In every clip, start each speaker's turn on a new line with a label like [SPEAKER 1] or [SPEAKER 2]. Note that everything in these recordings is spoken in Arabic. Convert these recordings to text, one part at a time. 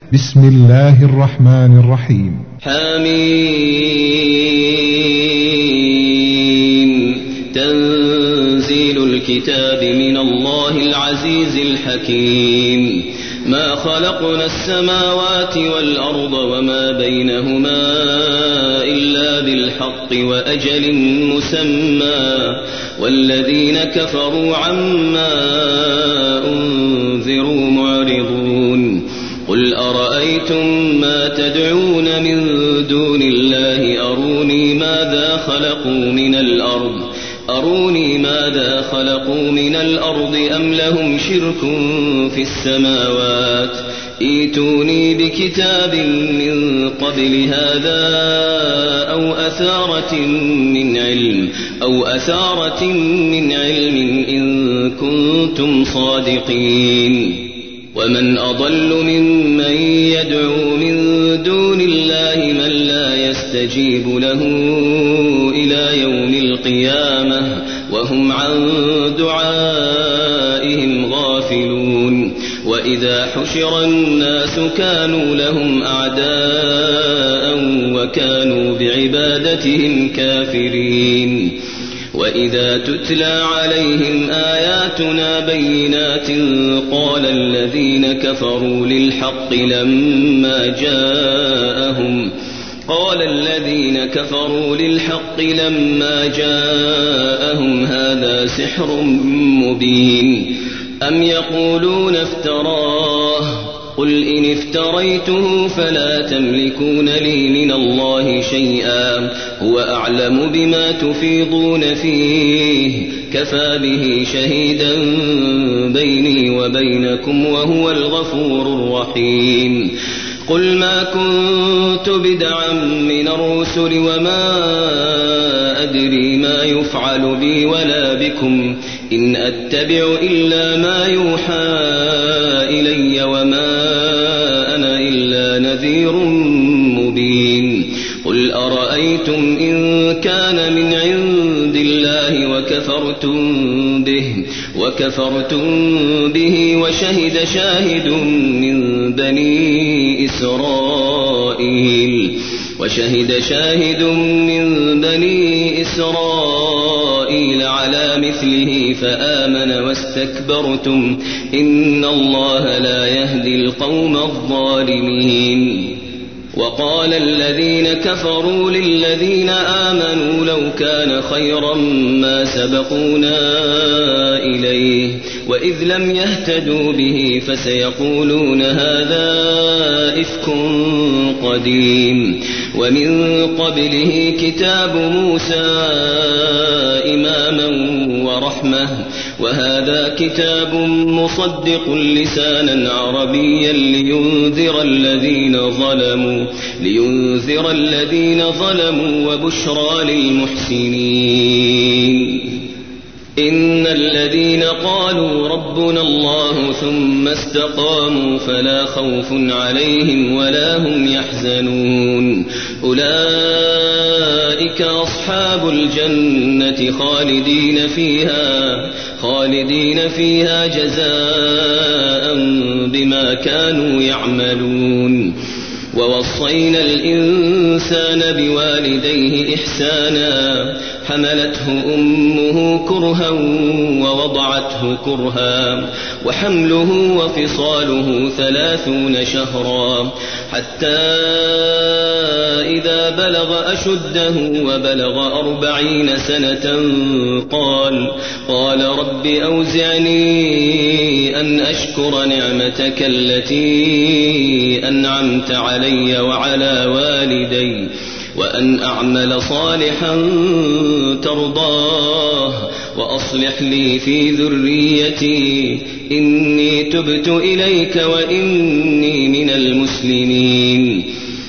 [SPEAKER 1] بسم الله الرحمن الرحيم.
[SPEAKER 2] حميم. تنزيل الكتاب من الله العزيز الحكيم. ما خلقنا السماوات والأرض وما بينهما إلا بالحق وأجل مسمى والذين كفروا عما أنذروا معرضون. قل أرأيتم ما تدعون من دون الله أروني ماذا خلقوا من الأرض أم لهم شرك في السماوات ائتوني بكتاب من قبل هذا أو أثارة من علم إن كنتم صادقين. ومن أضل ممن يدعو من دون الله من لا يستجيب له إلى يوم القيامة وهم عن دعائهم غافلون. وإذا حشر الناس كانوا لهم أعداء وكانوا بعبادتهم كافرين. وإذا تتلى عليهم آياتنا بينات قال الذين كفروا للحق لما جاءهم هذا سحر مبين. أم يقولون افتراه قل إن افتريته فلا تملكون لي من الله شيئا هو أعلم بما تفيضون فيه كفى به شهيدا بيني وبينكم وهو الغفور الرحيم. قل ما كنت بدعا من الرسل وما أدري ما يفعل بي ولا بكم إن أتبع إلا ما يوحى إلي وما أنا إلا نذير مبين. قل أرأيتم إن كان من عند الله وكفرتم به وشهد شاهد من بني إسرائيل على مثله فآمن واستكبرتم إن الله لا يهدي القوم الظالمين. وقال الذين كفروا للذين آمنوا لو كان خيرا ما سبقونا إليه وإذ لم يهتدوا به فسيقولون هذا إفك قديم. ومن قبله كتاب موسى إماما ورحمة وهذا كتاب مصدق لسانا عربيا لينذر الذين ظلموا وبشرى للمحسنين. إن الذين قالوا ربنا الله ثم استقاموا فلا خوف عليهم ولا هم يحزنون أولئك أصحاب الجنة خالدين فيها جزاء بما كانوا يعملون. ووصينا الإنسان بوالديه إحسانا حملته أمه كرها ووضعته كرها وحمله وفصاله 30 شهرا حتى إذا بلغ أشده وبلغ 40 سنة قال رب أوزعني أن أشكر نعمتك التي أنعمت علي وعلى والدي وأن أعمل صالحا ترضاه وأصلح لي في ذريتي إني تبت إليك وإني من المسلمين.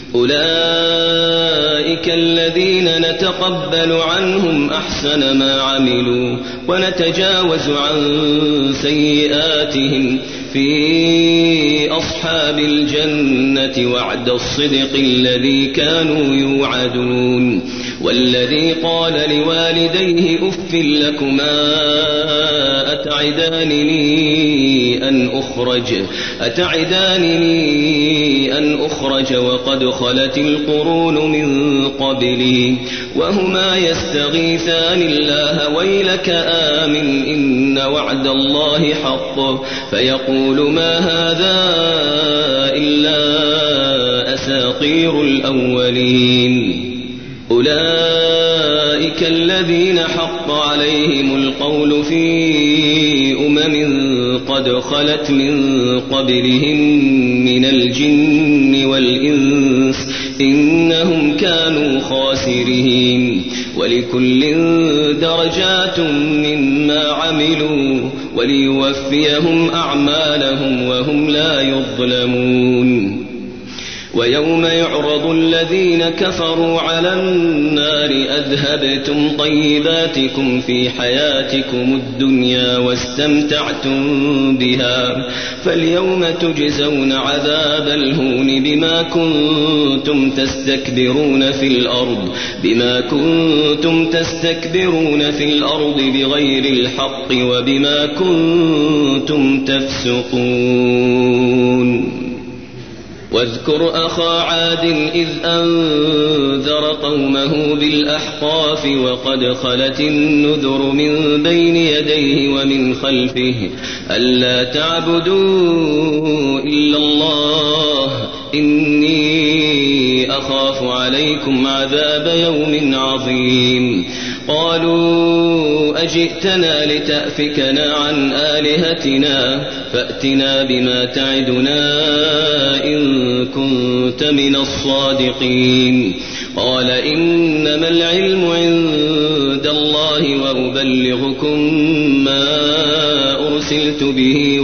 [SPEAKER 2] أولئك الذين نتقبل عنهم أحسن ما عملوا ونتجاوز عن سيئاتهم في أصحاب الجنة وعد الصدق الذي كانوا يوعدون. والذي قال لوالديه أف لكما أتعدانني خرج وقد خلت القرون من قبله وهما يستغيثان الله ويلك آمن إن وعد الله حق فيقول ما هذا إلا أساطير الأولين أولئك الذين حق عليهم القول في قد خلت من قبلهم من الجن والإنس إنهم كانوا خاسرين ولكل درجات مما عملوا وليوفيهم أعمالهم وهم لا يظلمون ويوم يعرض الذين كفروا على النار أذهبتم طيباتكم في حياتكم الدنيا واستمتعتم بها فاليوم تجزون عذاب الهون بما كنتم تستكبرون في الأرض بغير الحق وبما كنتم تفسقون واذكر أخا عاد إذ أنذر قومه بالأحقاف وقد خلت النذر من بين يديه ومن خلفه ألا تعبدوا إلا الله إني أخاف عليكم عذاب يوم عظيم قالوا أجئتنا لتأفكنا عن آلهتنا فأتنا بما تعدنا إن كنت من الصادقين قال إنما العلم عند الله وأبلغكم ما أرسلت به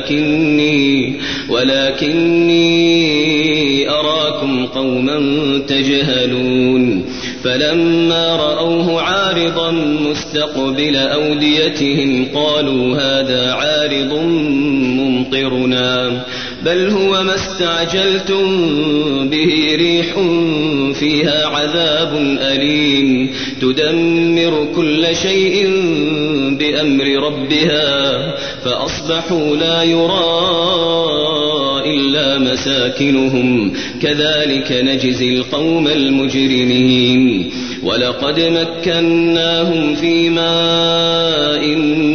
[SPEAKER 2] ولكني أراكم قوما تجهلون فلما رأوه عارضا مستقبل أوديتهم قالوا هذا عارض ممطرنا بل هو ما استعجلتم به ريح فيها عذاب أليم تدمر كل شيء بأمر ربها فأصبحوا لا يرى إلا مساكنهم كذلك نجزي القوم المجرمين ولقد مكناهم في ماء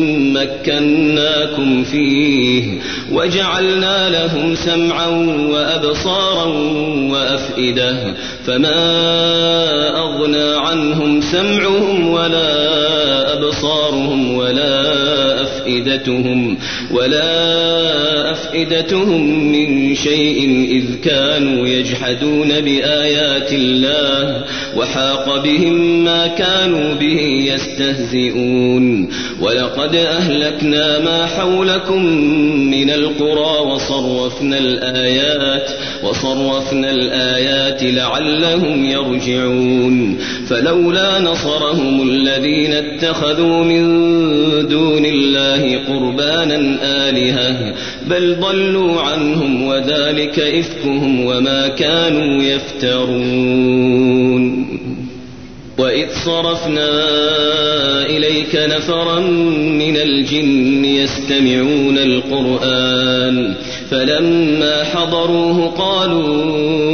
[SPEAKER 2] مكناكم فيه وجعلنا لهم سمعا وأبصارا وأفئدة فما أغنى عنهم سمعهم ولا أبصارهم ولا أفئدتهم من شيء إذ كانوا يجحدون بآيات الله وحاق بهم ما كانوا به يستهزئون ولقد أهلكنا ما حولكم من القرى وصرفنا الآيات لعلهم يرجعون فلولا نصرهم الذين اتخذوا من دون الله قربانا آلهة بل ضلوا عنهم وذلك إفكهم وما كانوا يفترون وإذ صرفنا إليك نفرا من الجن يستمعون القرآن فلما حضروه قالوا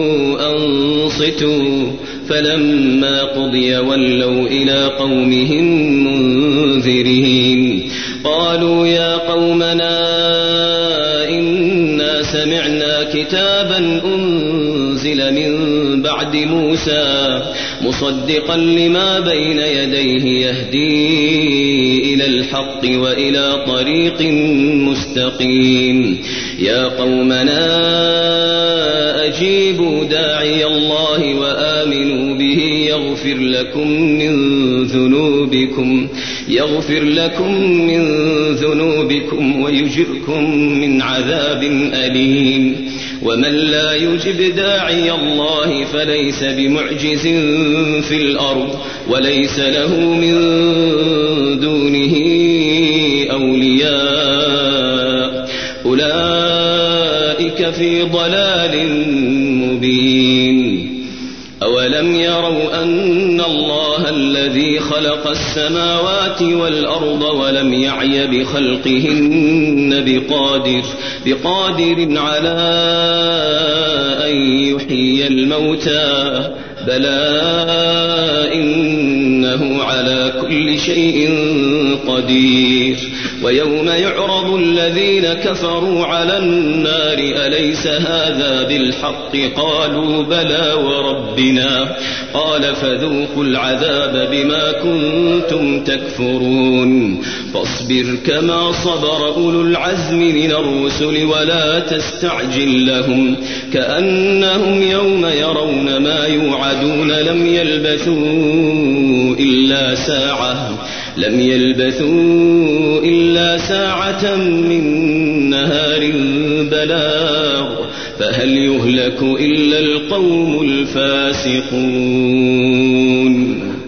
[SPEAKER 2] أنصتوا فلما قضي ولوا إلى قومهم منذرين قالوا يا قومنا إنا سمعنا كتابا أنزل من بعد موسى مصدقا لما بين يديه يهدي إلى الحق وإلى طريق مستقيم يا قومنا أجيبوا داعي الله وآمنوا به يغفر لكم من ذنوبكم ويجركم من عذاب أليم ومن لا يجب داعي الله فليس بمعجز في الأرض وليس له من دونه أولياء أولئك في ضلال مبين أولم يروا أن الله الذي خلق السماوات والأرض ولم يعي بخلقهن بقادر على أن يحيي الموتى بلى إنه على كل شيء قدير ويوم يعرض الذين كفروا على النار أليس هذا بالحق قالوا بلى وربنا قال فذوقوا العذاب بما كنتم تكفرون فاصبر كما صبر أولو العزم من الرسل ولا تستعجل لهم كأنهم يوم يرون ما يوعدون لم يلبثوا إلا ساعة من نهار بلاغ فهل يهلك إلا القوم الفاسقون